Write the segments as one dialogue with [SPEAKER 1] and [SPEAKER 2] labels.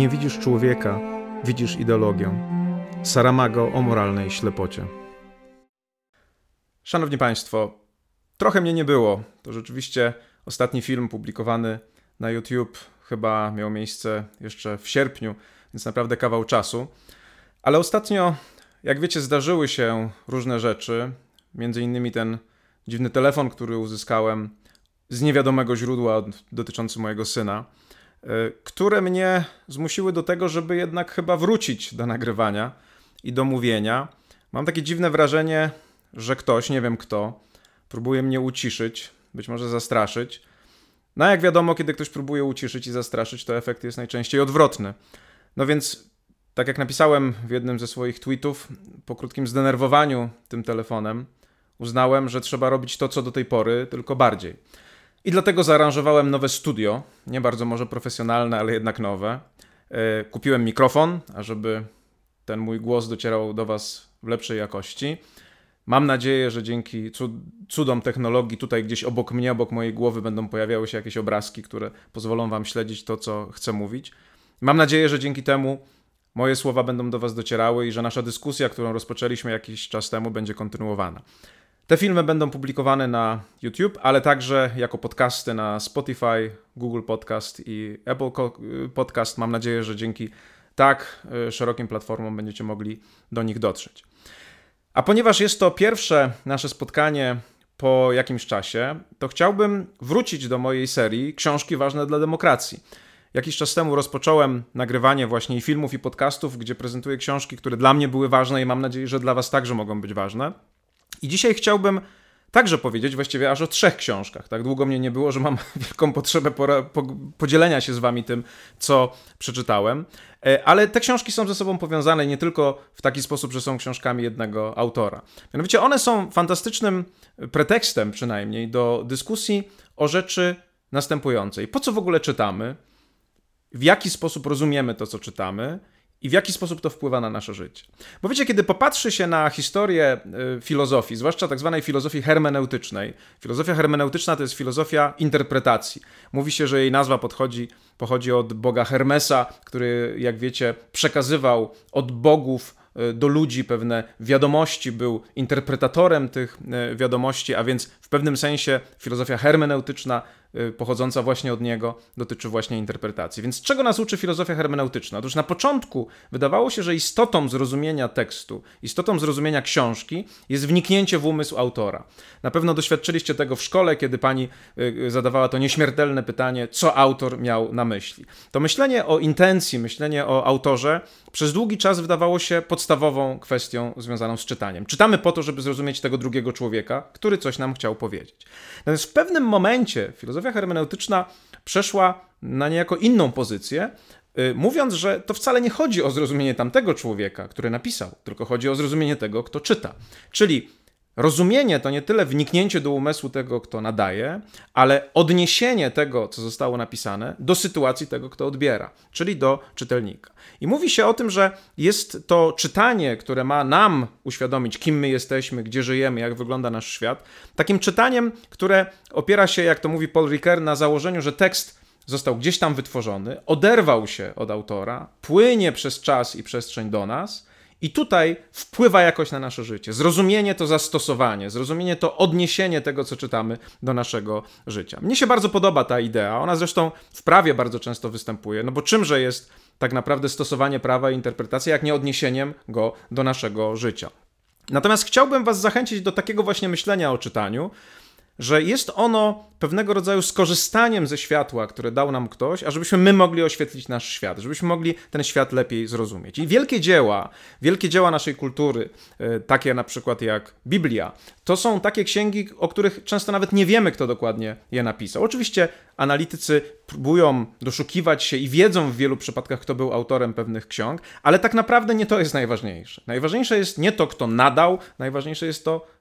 [SPEAKER 1] Nie widzisz człowieka, widzisz ideologię. Saramago o moralnej ślepocie. Szanowni Państwo, trochę mnie nie było. To rzeczywiście ostatni film publikowany na YouTube chyba miał miejsce jeszcze w sierpniu, więc naprawdę kawał czasu. Ale ostatnio, jak wiecie, zdarzyły się różne rzeczy. Między innymi ten dziwny telefon, który uzyskałem z niewiadomego źródła dotyczący mojego syna, które mnie zmusiły do tego, żeby jednak chyba wrócić do nagrywania i do mówienia. Mam takie dziwne wrażenie, że ktoś, nie wiem kto, próbuje mnie uciszyć, być może zastraszyć. No jak wiadomo, kiedy ktoś próbuje uciszyć i zastraszyć, to efekt jest najczęściej odwrotny. No więc, tak jak napisałem w jednym ze swoich tweetów, po krótkim zdenerwowaniu tym telefonem, uznałem, że trzeba robić to, co do tej pory, tylko bardziej. I dlatego zaaranżowałem nowe studio, nie bardzo może profesjonalne, ale jednak nowe. Kupiłem mikrofon, ażeby ten mój głos docierał do Was w lepszej jakości. Mam nadzieję, że dzięki cudom technologii tutaj gdzieś obok mnie, obok mojej głowy będą pojawiały się jakieś obrazki, które pozwolą Wam śledzić to, co chcę mówić. Mam nadzieję, że dzięki temu moje słowa będą do Was docierały i że nasza dyskusja, którą rozpoczęliśmy jakiś czas temu, będzie kontynuowana. Te filmy będą publikowane na YouTube, ale także jako podcasty na Spotify, Google Podcast i Apple Podcast. Mam nadzieję, że dzięki tak szerokim platformom będziecie mogli do nich dotrzeć. A ponieważ jest to pierwsze nasze spotkanie po jakimś czasie, to chciałbym wrócić do mojej serii Książki ważne dla demokracji. Jakiś czas temu rozpocząłem nagrywanie właśnie i filmów, i podcastów, gdzie prezentuję książki, które dla mnie były ważne i mam nadzieję, że dla Was także mogą być ważne. I dzisiaj chciałbym także powiedzieć właściwie aż o 3 książkach. Tak długo mnie nie było, że mam wielką potrzebę podzielenia się z Wami tym, co przeczytałem. Ale te książki są ze sobą powiązane nie tylko w taki sposób, że są książkami jednego autora. Mianowicie one są fantastycznym pretekstem przynajmniej do dyskusji o rzeczy następującej. Po co w ogóle czytamy? W jaki sposób rozumiemy to, co czytamy? I w jaki sposób to wpływa na nasze życie. Bo wiecie, kiedy popatrzy się na historię filozofii, zwłaszcza tak zwanej filozofii hermeneutycznej, filozofia hermeneutyczna to jest filozofia interpretacji. Mówi się, że jej nazwa pochodzi od boga Hermesa, który, jak wiecie, przekazywał od bogów do ludzi pewne wiadomości, był interpretatorem tych wiadomości, a więc w pewnym sensie filozofia hermeneutyczna pochodząca właśnie od niego dotyczy właśnie interpretacji. Więc czego nas uczy filozofia hermeneutyczna? Otóż na początku wydawało się, że istotą zrozumienia tekstu, istotą zrozumienia książki jest wniknięcie w umysł autora. Na pewno doświadczyliście tego w szkole, kiedy pani zadawała to nieśmiertelne pytanie, co autor miał na myśli. To myślenie o intencji, myślenie o autorze przez długi czas wydawało się podstawową kwestią związaną z czytaniem. Czytamy po to, żeby zrozumieć tego drugiego człowieka, który coś nam chciał powiedzieć. Natomiast w pewnym momencie filozofia hermeneutyczna przeszła na niejako inną pozycję, mówiąc, że to wcale nie chodzi o zrozumienie tamtego człowieka, który napisał, tylko chodzi o zrozumienie tego, kto czyta. Czyli rozumienie to nie tyle wniknięcie do umysłu tego, kto nadaje, ale odniesienie tego, co zostało napisane, do sytuacji tego, kto odbiera, czyli do czytelnika. I mówi się o tym, że jest to czytanie, które ma nam uświadomić, kim my jesteśmy, gdzie żyjemy, jak wygląda nasz świat, takim czytaniem, które opiera się, jak to mówi Paul Ricoeur, na założeniu, że tekst został gdzieś tam wytworzony, oderwał się od autora, płynie przez czas i przestrzeń do nas, i tutaj wpływa jakoś na nasze życie. Zrozumienie to zastosowanie, zrozumienie to odniesienie tego, co czytamy do naszego życia. Mnie się bardzo podoba ta idea, ona zresztą w prawie bardzo często występuje, no bo czymże jest tak naprawdę stosowanie prawa i interpretacja, jak nie odniesieniem go do naszego życia. Natomiast chciałbym Was zachęcić do takiego właśnie myślenia o czytaniu, że jest ono pewnego rodzaju skorzystaniem ze światła, które dał nam ktoś, ażebyśmy my mogli oświetlić nasz świat, żebyśmy mogli ten świat lepiej zrozumieć. I wielkie dzieła naszej kultury, takie na przykład jak Biblia, to są takie księgi, o których często nawet nie wiemy, kto dokładnie je napisał. Oczywiście analitycy próbują doszukiwać się i wiedzą w wielu przypadkach, kto był autorem pewnych ksiąg, ale tak naprawdę nie to jest najważniejsze. Najważniejsze jest nie to, kto nadał, najważniejsze jest to,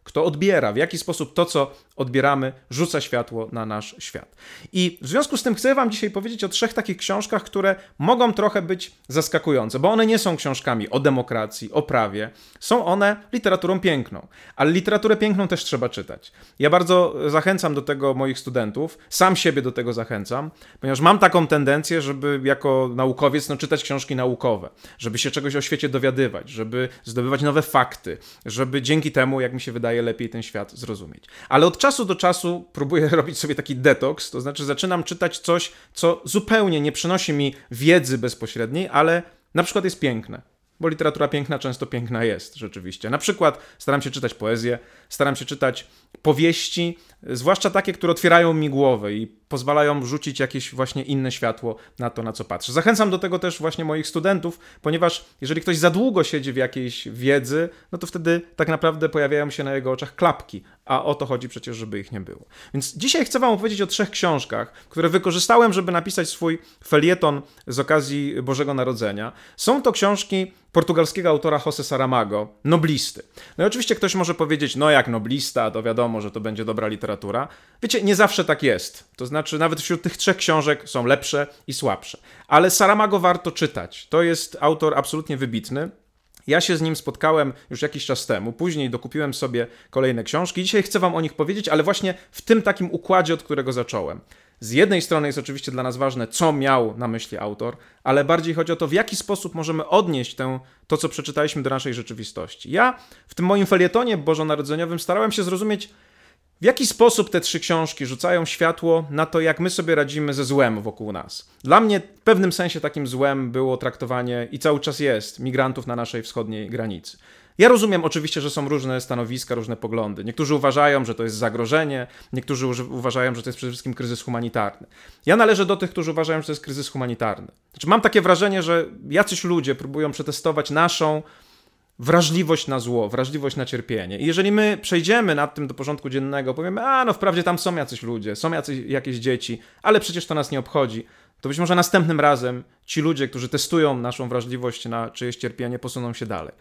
[SPEAKER 1] kto odbiera, w jaki sposób to, co odbieramy, rzuca światło na nasz świat. I w związku z tym chcę wam dzisiaj powiedzieć o 3 takich książkach, które mogą trochę być zaskakujące, bo one nie są książkami o demokracji, o prawie. Są one literaturą piękną, ale literaturę piękną też trzeba czytać. Ja bardzo zachęcam do tego moich studentów, sam siebie do tego zachęcam, ponieważ mam taką tendencję, żeby jako naukowiec czytać książki naukowe, żeby się czegoś o świecie dowiadywać, żeby zdobywać nowe fakty, żeby dzięki temu, jak mi się wydaje, lepiej ten świat zrozumieć. Ale od czasu do czasu próbuję robić sobie taki detoks, to znaczy zaczynam czytać coś, co zupełnie nie przynosi mi wiedzy bezpośredniej, ale na przykład jest piękne. Bo literatura piękna często piękna jest, rzeczywiście. Na przykład staram się czytać poezję, staram się czytać powieści, zwłaszcza takie, które otwierają mi głowę i pozwalają rzucić jakieś właśnie inne światło na to, na co patrzę. Zachęcam do tego też właśnie moich studentów, ponieważ jeżeli ktoś za długo siedzi w jakiejś wiedzy, no to wtedy tak naprawdę pojawiają się na jego oczach klapki, a o to chodzi przecież, żeby ich nie było. Więc dzisiaj chcę wam opowiedzieć o 3 książkach, które wykorzystałem, żeby napisać swój felieton z okazji Bożego Narodzenia. Są to książki portugalskiego autora José Saramago, noblisty. No i oczywiście ktoś może powiedzieć, no jak noblista, to wiadomo, że to będzie dobra literatura. Wiecie, nie zawsze tak jest. To znaczy nawet wśród tych 3 książek są lepsze i słabsze. Ale Saramago warto czytać. To jest autor absolutnie wybitny. Ja się z nim spotkałem już jakiś czas temu, później dokupiłem sobie kolejne książki. Dzisiaj chcę wam o nich powiedzieć, ale właśnie w tym takim układzie, od którego zacząłem. Z jednej strony jest oczywiście dla nas ważne, co miał na myśli autor, ale bardziej chodzi o to, w jaki sposób możemy odnieść to, co przeczytaliśmy do naszej rzeczywistości. Ja w tym moim felietonie bożonarodzeniowym starałem się zrozumieć, w jaki sposób te 3 książki rzucają światło na to, jak my sobie radzimy ze złem wokół nas. Dla mnie w pewnym sensie takim złem było traktowanie, i cały czas jest, migrantów na naszej wschodniej granicy. Ja rozumiem oczywiście, że są różne stanowiska, różne poglądy. Niektórzy uważają, że to jest zagrożenie, niektórzy uważają, że to jest przede wszystkim kryzys humanitarny. Ja należę do tych, którzy uważają, że to jest kryzys humanitarny. Znaczy, mam takie wrażenie, że jacyś ludzie próbują przetestować naszą wrażliwość na zło, wrażliwość na cierpienie. I jeżeli my przejdziemy nad tym do porządku dziennego, powiemy, no wprawdzie tam są jacyś ludzie, są jakieś dzieci, ale przecież to nas nie obchodzi, to być może następnym razem ci ludzie, którzy testują naszą wrażliwość na czyjeś cierpienie, posuną się dalej.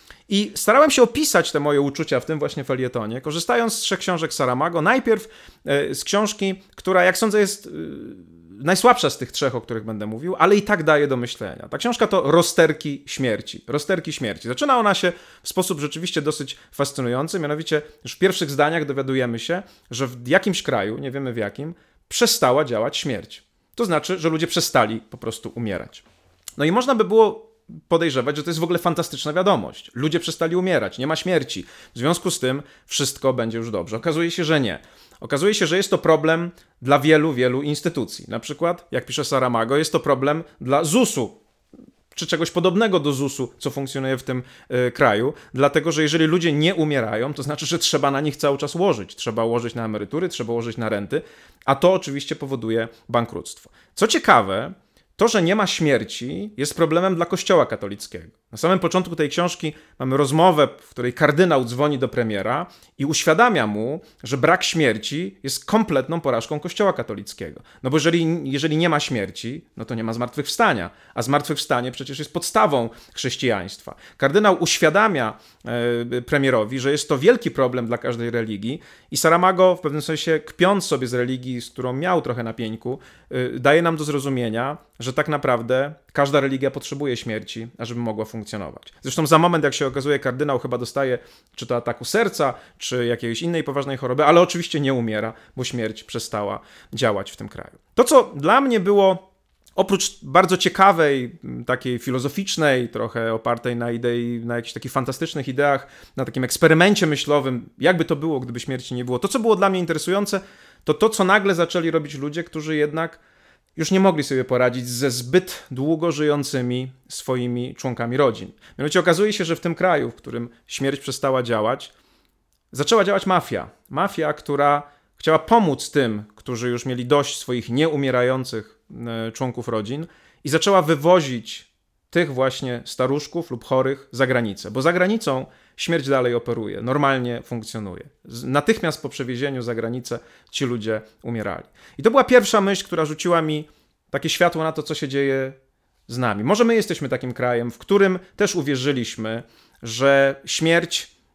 [SPEAKER 1] I starałem się opisać te moje uczucia w tym właśnie felietonie, korzystając z 3 książek Saramago. Najpierw z książki, która, jak sądzę, jest najsłabsza z tych 3, o których będę mówił, ale i tak daje do myślenia. Ta książka to Rozterki śmierci. Rozterki śmierci. Zaczyna ona się w sposób rzeczywiście dosyć fascynujący, mianowicie już w pierwszych zdaniach dowiadujemy się, że w jakimś kraju, nie wiemy w jakim, przestała działać śmierć. To znaczy, że ludzie przestali po prostu umierać. No i można by było podejrzewać, że to jest w ogóle fantastyczna wiadomość. Ludzie przestali umierać, nie ma śmierci. W związku z tym wszystko będzie już dobrze. Okazuje się, że nie. Okazuje się, że jest to problem dla wielu, wielu instytucji. Na przykład, jak pisze Saramago, jest to problem dla ZUS-u, czy czegoś podobnego do ZUS-u, co funkcjonuje w tym kraju, dlatego, że jeżeli ludzie nie umierają, to znaczy, że trzeba na nich cały czas łożyć. Trzeba łożyć na emerytury, trzeba łożyć na renty, a to oczywiście powoduje bankructwo. Co ciekawe, to, że nie ma śmierci, jest problemem dla Kościoła katolickiego. Na samym początku tej książki mamy rozmowę, w której kardynał dzwoni do premiera i uświadamia mu, że brak śmierci jest kompletną porażką Kościoła katolickiego. No bo jeżeli nie ma śmierci, no to nie ma zmartwychwstania, a zmartwychwstanie przecież jest podstawą chrześcijaństwa. Kardynał uświadamia premierowi, że jest to wielki problem dla każdej religii i Saramago, w pewnym sensie kpiąc sobie z religii, z którą miał trochę na pieńku, daje nam do zrozumienia, że tak naprawdę każda religia potrzebuje śmierci, ażeby mogła funkcjonować. Zresztą za moment, jak się okazuje, kardynał chyba dostaje czy to ataku serca, czy jakiejś innej poważnej choroby, ale oczywiście nie umiera, bo śmierć przestała działać w tym kraju. To, co dla mnie było oprócz bardzo ciekawej, takiej filozoficznej, trochę opartej na jakichś takich fantastycznych ideach, na takim eksperymencie myślowym, jakby to było, gdyby śmierci nie było. To, co było dla mnie interesujące, to co nagle zaczęli robić ludzie, którzy jednak już nie mogli sobie poradzić ze zbyt długo żyjącymi swoimi członkami rodzin. Mianowicie okazuje się, że w tym kraju, w którym śmierć przestała działać, zaczęła działać mafia. Mafia, która chciała pomóc tym, którzy już mieli dość swoich nieumierających członków rodzin i zaczęła wywozić tych właśnie staruszków lub chorych za granicę. Bo za granicą śmierć dalej operuje, normalnie funkcjonuje. Natychmiast po przewiezieniu za granicę ci ludzie umierali. I to była pierwsza myśl, która rzuciła mi takie światło na to, co się dzieje z nami. Może my jesteśmy takim krajem, w którym też uwierzyliśmy, że śmierć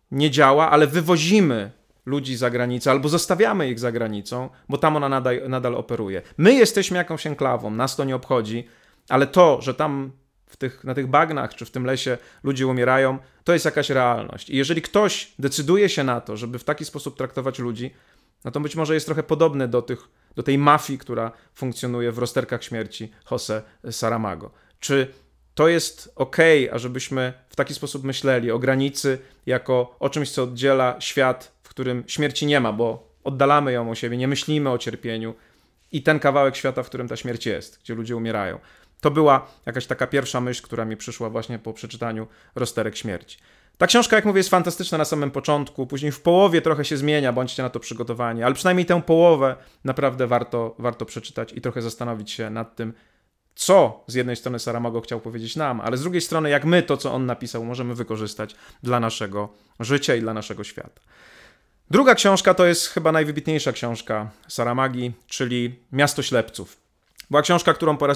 [SPEAKER 1] nie działa, ale wywozimy ludzi za granicę albo zostawiamy ich za granicą, bo tam ona nadal operuje. My jesteśmy jakąś enklawą, nas to nie obchodzi, ale to, że tam na tych bagnach czy w tym lesie ludzie umierają, to jest jakaś realność. I jeżeli ktoś decyduje się na to, żeby w taki sposób traktować ludzi, no to być może jest trochę podobny do tej mafii, która funkcjonuje w rozterkach śmierci José Saramago. Czy to jest okej, ażebyśmy w taki sposób myśleli o granicy jako o czymś, co oddziela świat, w którym śmierci nie ma, bo oddalamy ją od siebie, nie myślimy o cierpieniu i ten kawałek świata, w którym ta śmierć jest, gdzie ludzie umierają. To była jakaś taka pierwsza myśl, która mi przyszła właśnie po przeczytaniu Rozterek śmierci. Ta książka, jak mówię, jest fantastyczna na samym początku, później w połowie trochę się zmienia, bądźcie na to przygotowani, ale przynajmniej tę połowę naprawdę warto przeczytać i trochę zastanowić się nad tym, co z jednej strony Saramago chciał powiedzieć nam, ale z drugiej strony jak my to, co on napisał, możemy wykorzystać dla naszego życia i dla naszego świata. Druga książka to jest chyba najwybitniejsza książka Saramagi, czyli Miasto ślepców. Była książka,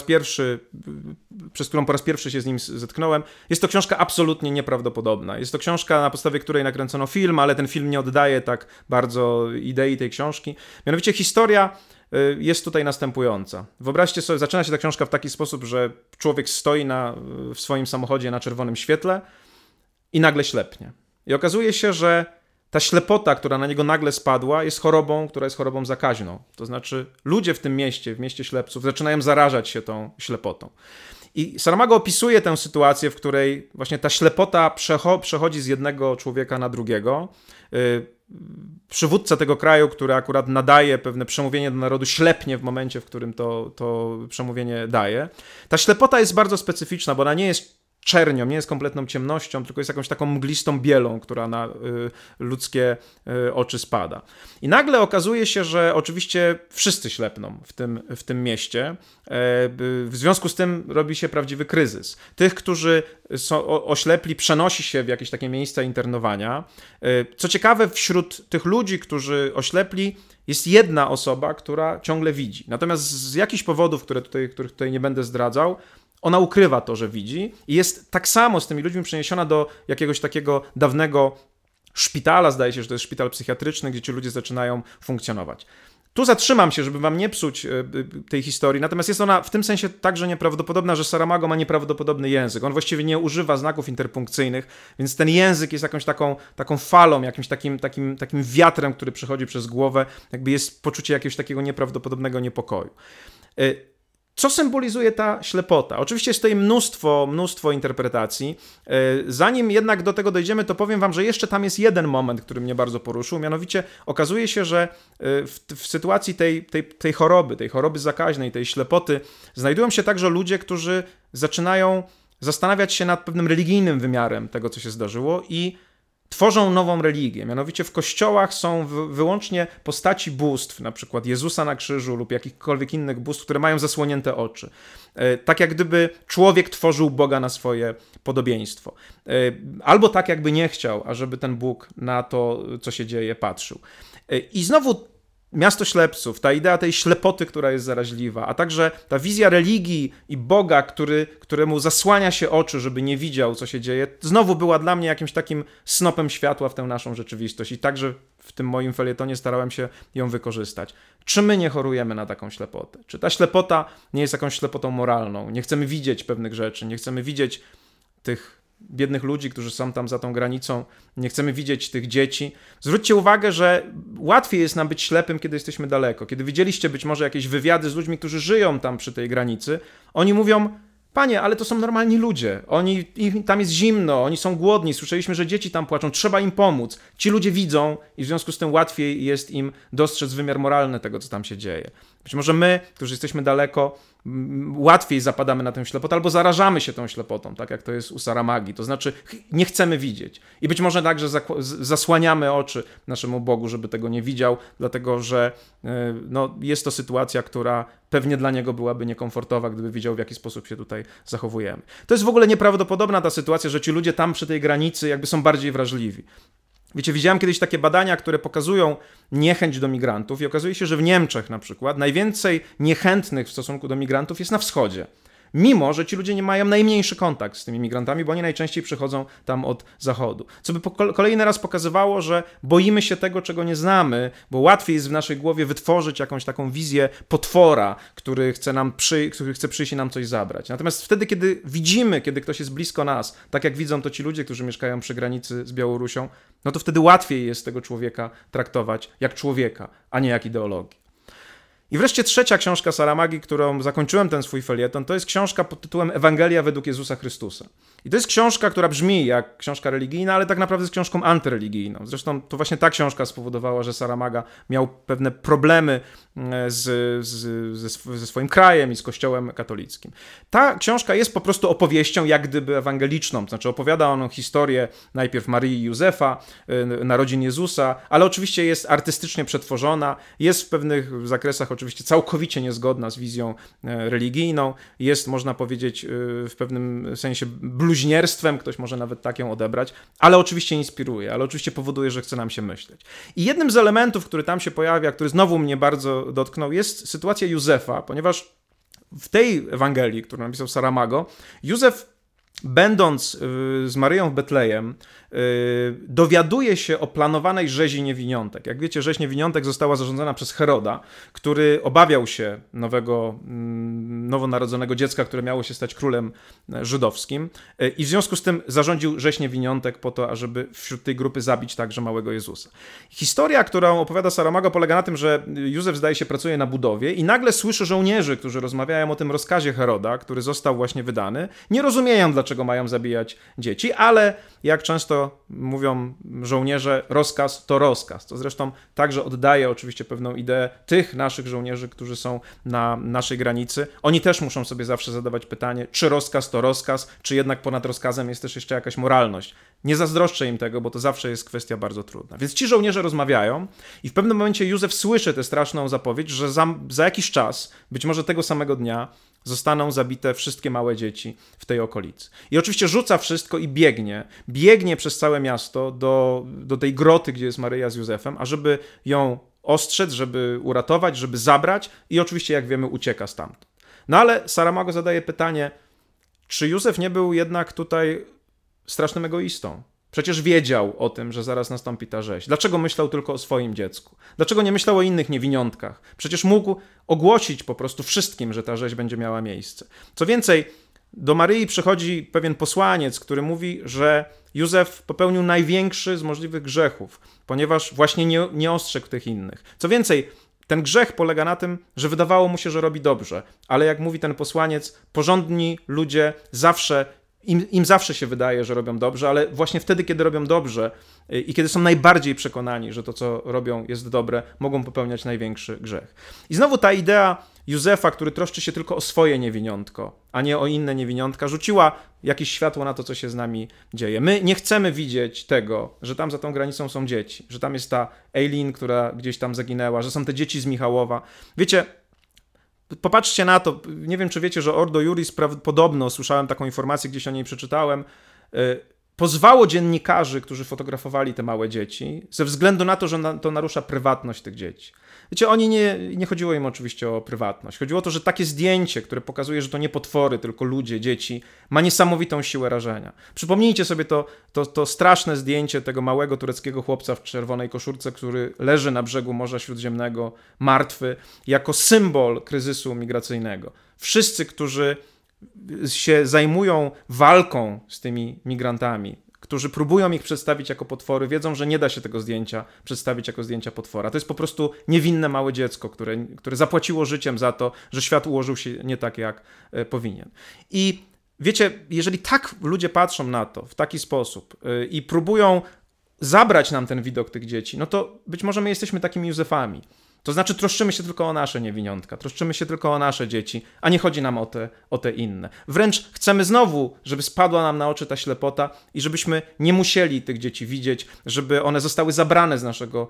[SPEAKER 1] przez którą po raz pierwszy się z nim zetknąłem. Jest to książka absolutnie nieprawdopodobna. Jest to książka, na podstawie której nakręcono film, ale ten film nie oddaje tak bardzo idei tej książki. Mianowicie historia jest tutaj następująca. Wyobraźcie sobie, zaczyna się ta książka w taki sposób, że człowiek stoi w swoim samochodzie na czerwonym świetle i nagle ślepnie. I okazuje się, że ta ślepota, która na niego nagle spadła, jest chorobą, która jest chorobą zakaźną. To znaczy ludzie w mieście ślepców, zaczynają zarażać się tą ślepotą. I Saramago opisuje tę sytuację, w której właśnie ta ślepota przechodzi z jednego człowieka na drugiego. Przywódca tego kraju, który akurat nadaje pewne przemówienie do narodu, ślepnie w momencie, w którym to przemówienie daje. Ta ślepota jest bardzo specyficzna, bo ona nie jest czernią, nie jest kompletną ciemnością, tylko jest jakąś taką mglistą bielą, która na ludzkie oczy spada. I nagle okazuje się, że oczywiście wszyscy ślepną w tym mieście. W związku z tym robi się prawdziwy kryzys. Tych, którzy są oślepli, przenosi się w jakieś takie miejsca internowania. Co ciekawe, wśród tych ludzi, którzy oślepli, jest jedna osoba, która ciągle widzi. Natomiast z jakichś powodów, których tutaj nie będę zdradzał, ona ukrywa to, że widzi i jest tak samo z tymi ludźmi przeniesiona do jakiegoś takiego dawnego szpitala, zdaje się, że to jest szpital psychiatryczny, gdzie ci ludzie zaczynają funkcjonować. Tu zatrzymam się, żeby wam nie psuć tej historii, natomiast jest ona w tym sensie także nieprawdopodobna, że Saramago ma nieprawdopodobny język. On właściwie nie używa znaków interpunkcyjnych, więc ten język jest jakąś taką falą, jakimś takim wiatrem, który przechodzi przez głowę, jakby jest poczucie jakiegoś takiego nieprawdopodobnego niepokoju. Co symbolizuje ta ślepota? Oczywiście jest tutaj mnóstwo interpretacji. Zanim jednak do tego dojdziemy, to powiem wam, że jeszcze tam jest jeden moment, który mnie bardzo poruszył. Mianowicie okazuje się, że w sytuacji tej choroby zakaźnej, tej ślepoty, znajdują się także ludzie, którzy zaczynają zastanawiać się nad pewnym religijnym wymiarem tego, co się zdarzyło i tworzą nową religię. Mianowicie w kościołach są wyłącznie postaci bóstw, na przykład Jezusa na krzyżu lub jakichkolwiek innych bóstw, które mają zasłonięte oczy. Tak jak gdyby człowiek tworzył Boga na swoje podobieństwo. Albo tak jakby nie chciał, ażeby ten Bóg na to, co się dzieje, patrzył. I znowu Miasto ślepców, ta idea tej ślepoty, która jest zaraźliwa, a także ta wizja religii i Boga, któremu zasłania się oczy, żeby nie widział, co się dzieje, znowu była dla mnie jakimś takim snopem światła w tę naszą rzeczywistość i także w tym moim felietonie starałem się ją wykorzystać. Czy my nie chorujemy na taką ślepotę? Czy ta ślepota nie jest jakąś ślepotą moralną? Nie chcemy widzieć pewnych rzeczy, nie chcemy widzieć tych biednych ludzi, którzy są tam za tą granicą, nie chcemy widzieć tych dzieci. Zwróćcie uwagę, że łatwiej jest nam być ślepym, kiedy jesteśmy daleko. Kiedy widzieliście być może jakieś wywiady z ludźmi, którzy żyją tam przy tej granicy, oni mówią: panie, ale to są normalni ludzie, tam jest zimno, oni są głodni, słyszeliśmy, że dzieci tam płaczą, trzeba im pomóc. Ci ludzie widzą i w związku z tym łatwiej jest im dostrzec wymiar moralny tego, co tam się dzieje. Być może my, którzy jesteśmy daleko, łatwiej zapadamy na tę ślepotę albo zarażamy się tą ślepotą, tak jak to jest u Saramagi. To znaczy nie chcemy widzieć. I być może także zasłaniamy oczy naszemu Bogu, żeby tego nie widział, dlatego że jest to sytuacja, która pewnie dla niego byłaby niekomfortowa, gdyby widział, w jaki sposób się tutaj zachowujemy. To jest w ogóle nieprawdopodobna ta sytuacja, że ci ludzie tam przy tej granicy jakby są bardziej wrażliwi. Wiecie, widziałem kiedyś takie badania, które pokazują niechęć do migrantów i okazuje się, że w Niemczech na przykład najwięcej niechętnych w stosunku do migrantów jest na wschodzie. Mimo że ci ludzie nie mają najmniejszy kontakt z tymi migrantami, bo oni najczęściej przychodzą tam od zachodu. Co by kolejny raz pokazywało, że boimy się tego, czego nie znamy, bo łatwiej jest w naszej głowie wytworzyć jakąś taką wizję potwora, który chce przyjść i nam coś zabrać. Natomiast wtedy, kiedy widzimy, kiedy ktoś jest blisko nas, tak jak widzą to ci ludzie, którzy mieszkają przy granicy z Białorusią, no to wtedy łatwiej jest tego człowieka traktować jak człowieka, a nie jak ideologię. I wreszcie trzecia książka Saramagi, którą zakończyłem ten swój felieton, to jest książka pod tytułem Ewangelia według Jezusa Chrystusa. I to jest książka, która brzmi jak książka religijna, ale tak naprawdę jest książką antyreligijną. Zresztą to właśnie ta książka spowodowała, że Saramaga miał pewne problemy ze swoim krajem i z Kościołem katolickim. Ta książka jest po prostu opowieścią jak gdyby ewangeliczną, to znaczy opowiada on historię najpierw Maryi i Józefa, narodzin Jezusa, ale oczywiście jest artystycznie przetworzona, jest w pewnych zakresach oczywiście całkowicie niezgodna z wizją religijną, jest, można powiedzieć, w pewnym sensie bluźnierstwem, ktoś może nawet tak ją odebrać, ale oczywiście inspiruje, ale oczywiście powoduje, że chce nam się myśleć. I jednym z elementów, który tam się pojawia, który znowu mnie bardzo dotknął, jest sytuacja Józefa, ponieważ w tej Ewangelii, którą napisał Saramago, Józef, będąc z Maryją w Betlejem, dowiaduje się o planowanej rzezi niewiniątek. Jak wiecie, rzeź niewiniątek została zarządzona przez Heroda, który obawiał się nowonarodzonego dziecka, które miało się stać królem żydowskim i w związku z tym zarządził rzeź niewiniątek po to, ażeby wśród tej grupy zabić także małego Jezusa. Historia, którą opowiada Saramago, polega na tym, że Józef, zdaje się, pracuje na budowie i nagle słyszy żołnierzy, którzy rozmawiają o tym rozkazie Heroda, który został właśnie wydany. Nie rozumieją, dlaczego mają zabijać dzieci, ale jak często mówią żołnierze, rozkaz to rozkaz. To zresztą także oddaje oczywiście pewną ideę tych naszych żołnierzy, którzy są na naszej granicy. Oni też muszą sobie zawsze zadawać pytanie, czy rozkaz to rozkaz, czy jednak ponad rozkazem jest też jeszcze jakaś moralność. Nie zazdroszczę im tego, bo to zawsze jest kwestia bardzo trudna. Więc ci żołnierze rozmawiają i w pewnym momencie Józef słyszy tę straszną zapowiedź, że za jakiś czas, być może tego samego dnia, zostaną zabite wszystkie małe dzieci w tej okolicy. I oczywiście rzuca wszystko i biegnie przez całe miasto do tej groty, gdzie jest Maryja z Józefem, ażeby ją ostrzec, żeby uratować, żeby zabrać i oczywiście, jak wiemy, ucieka stamtąd. No ale Saramago zadaje pytanie, czy Józef nie był jednak tutaj strasznym egoistą? Przecież wiedział o tym, że zaraz nastąpi ta rzeź. Dlaczego myślał tylko o swoim dziecku? Dlaczego nie myślał o innych niewiniątkach? Przecież mógł ogłosić po prostu wszystkim, że ta rzeź będzie miała miejsce. Co więcej, do Maryi przychodzi pewien posłaniec, który mówi, że Józef popełnił największy z możliwych grzechów, ponieważ właśnie nie ostrzegł tych innych. Co więcej, ten grzech polega na tym, że wydawało mu się, że robi dobrze, ale jak mówi ten posłaniec, porządni ludzie zawsze im zawsze się wydaje, że robią dobrze, ale właśnie wtedy, kiedy robią dobrze i kiedy są najbardziej przekonani, że to, co robią, jest dobre, mogą popełniać największy grzech. I znowu ta idea Józefa, który troszczy się tylko o swoje niewiniątko, a nie o inne niewiniątka, rzuciła jakieś światło na to, co się z nami dzieje. My nie chcemy widzieć tego, że tam za tą granicą są dzieci, że tam jest ta Eileen, która gdzieś tam zaginęła, że są te dzieci z Michałowa. Wiecie, popatrzcie na to, nie wiem, czy wiecie, że Ordo Iuris podobno, słyszałem taką informację, gdzieś o niej przeczytałem, pozwało dziennikarzy, którzy fotografowali te małe dzieci, ze względu na to, że to narusza prywatność tych dzieci. Wiecie, oni nie chodziło im oczywiście o prywatność. Chodziło o to, że takie zdjęcie, które pokazuje, że to nie potwory, tylko ludzie, dzieci, ma niesamowitą siłę rażenia. Przypomnijcie sobie to straszne zdjęcie tego małego tureckiego chłopca w czerwonej koszulce, który leży na brzegu Morza Śródziemnego, martwy, jako symbol kryzysu migracyjnego. Wszyscy, którzy się zajmują walką z tymi migrantami, którzy próbują ich przedstawić jako potwory, wiedzą, że nie da się tego zdjęcia przedstawić jako zdjęcia potwora. To jest po prostu niewinne małe dziecko, które zapłaciło życiem za to, że świat ułożył się nie tak, jak powinien. I wiecie, jeżeli tak ludzie patrzą na to w taki sposób i próbują zabrać nam ten widok tych dzieci, no to być może my jesteśmy takimi Józefami. To znaczy troszczymy się tylko o nasze niewiniątka, troszczymy się tylko o nasze dzieci, a nie chodzi nam o te inne. Wręcz chcemy znowu, żeby spadła nam na oczy ta ślepota i żebyśmy nie musieli tych dzieci widzieć, żeby one zostały zabrane z naszego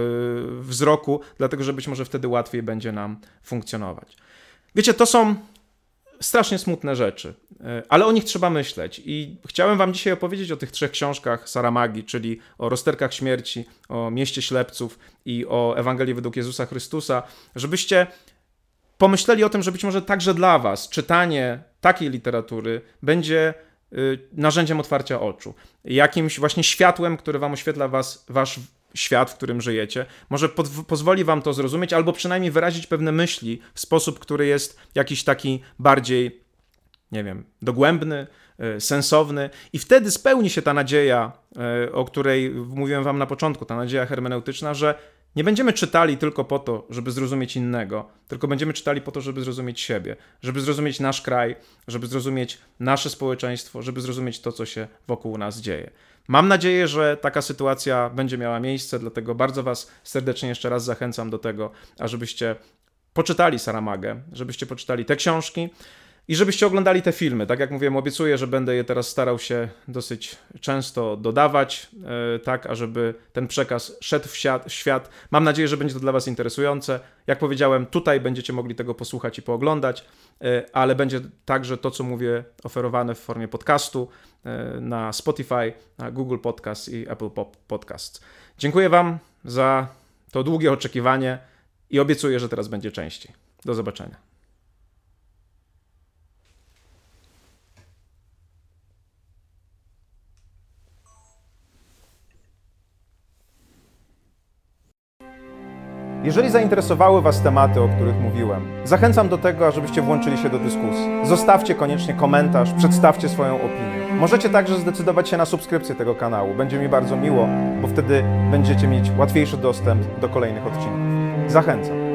[SPEAKER 1] wzroku, dlatego że być może wtedy łatwiej będzie nam funkcjonować. Wiecie, to są strasznie smutne rzeczy, ale o nich trzeba myśleć i chciałem wam dzisiaj opowiedzieć o tych 3 książkach Saramagi, czyli o Rozterkach śmierci, o Mieście ślepców i o Ewangelii według Jezusa Chrystusa, żebyście pomyśleli o tym, że być może także dla was czytanie takiej literatury będzie narzędziem otwarcia oczu. Jakimś właśnie światłem, które wam oświetla wasz świat, w którym żyjecie. Może pozwoli wam to zrozumieć, albo przynajmniej wyrazić pewne myśli w sposób, który jest jakiś taki bardziej, nie wiem, dogłębny, sensowny i wtedy spełni się ta nadzieja, o której mówiłem wam na początku, ta nadzieja hermeneutyczna, że nie będziemy czytali tylko po to, żeby zrozumieć innego, tylko będziemy czytali po to, żeby zrozumieć siebie, żeby zrozumieć nasz kraj, żeby zrozumieć nasze społeczeństwo, żeby zrozumieć to, co się wokół nas dzieje. Mam nadzieję, że taka sytuacja będzie miała miejsce, dlatego bardzo was serdecznie jeszcze raz zachęcam do tego, ażebyście poczytali Saramagę, żebyście poczytali te książki i żebyście oglądali te filmy. Tak jak mówiłem, obiecuję, że będę je teraz starał się dosyć często dodawać, tak, ażeby ten przekaz szedł w świat. Mam nadzieję, że będzie to dla was interesujące. Jak powiedziałem, tutaj będziecie mogli tego posłuchać i pooglądać, ale będzie także to, co mówię, oferowane w formie podcastu na Spotify, na Google Podcast i Apple Podcasts. Dziękuję wam za to długie oczekiwanie i obiecuję, że teraz będzie częściej. Do zobaczenia. Jeżeli zainteresowały was tematy, o których mówiłem, zachęcam do tego, ażebyście włączyli się do dyskusji. Zostawcie koniecznie komentarz, przedstawcie swoją opinię. Możecie także zdecydować się na subskrypcję tego kanału. Będzie mi bardzo miło, bo wtedy będziecie mieć łatwiejszy dostęp do kolejnych odcinków. Zachęcam.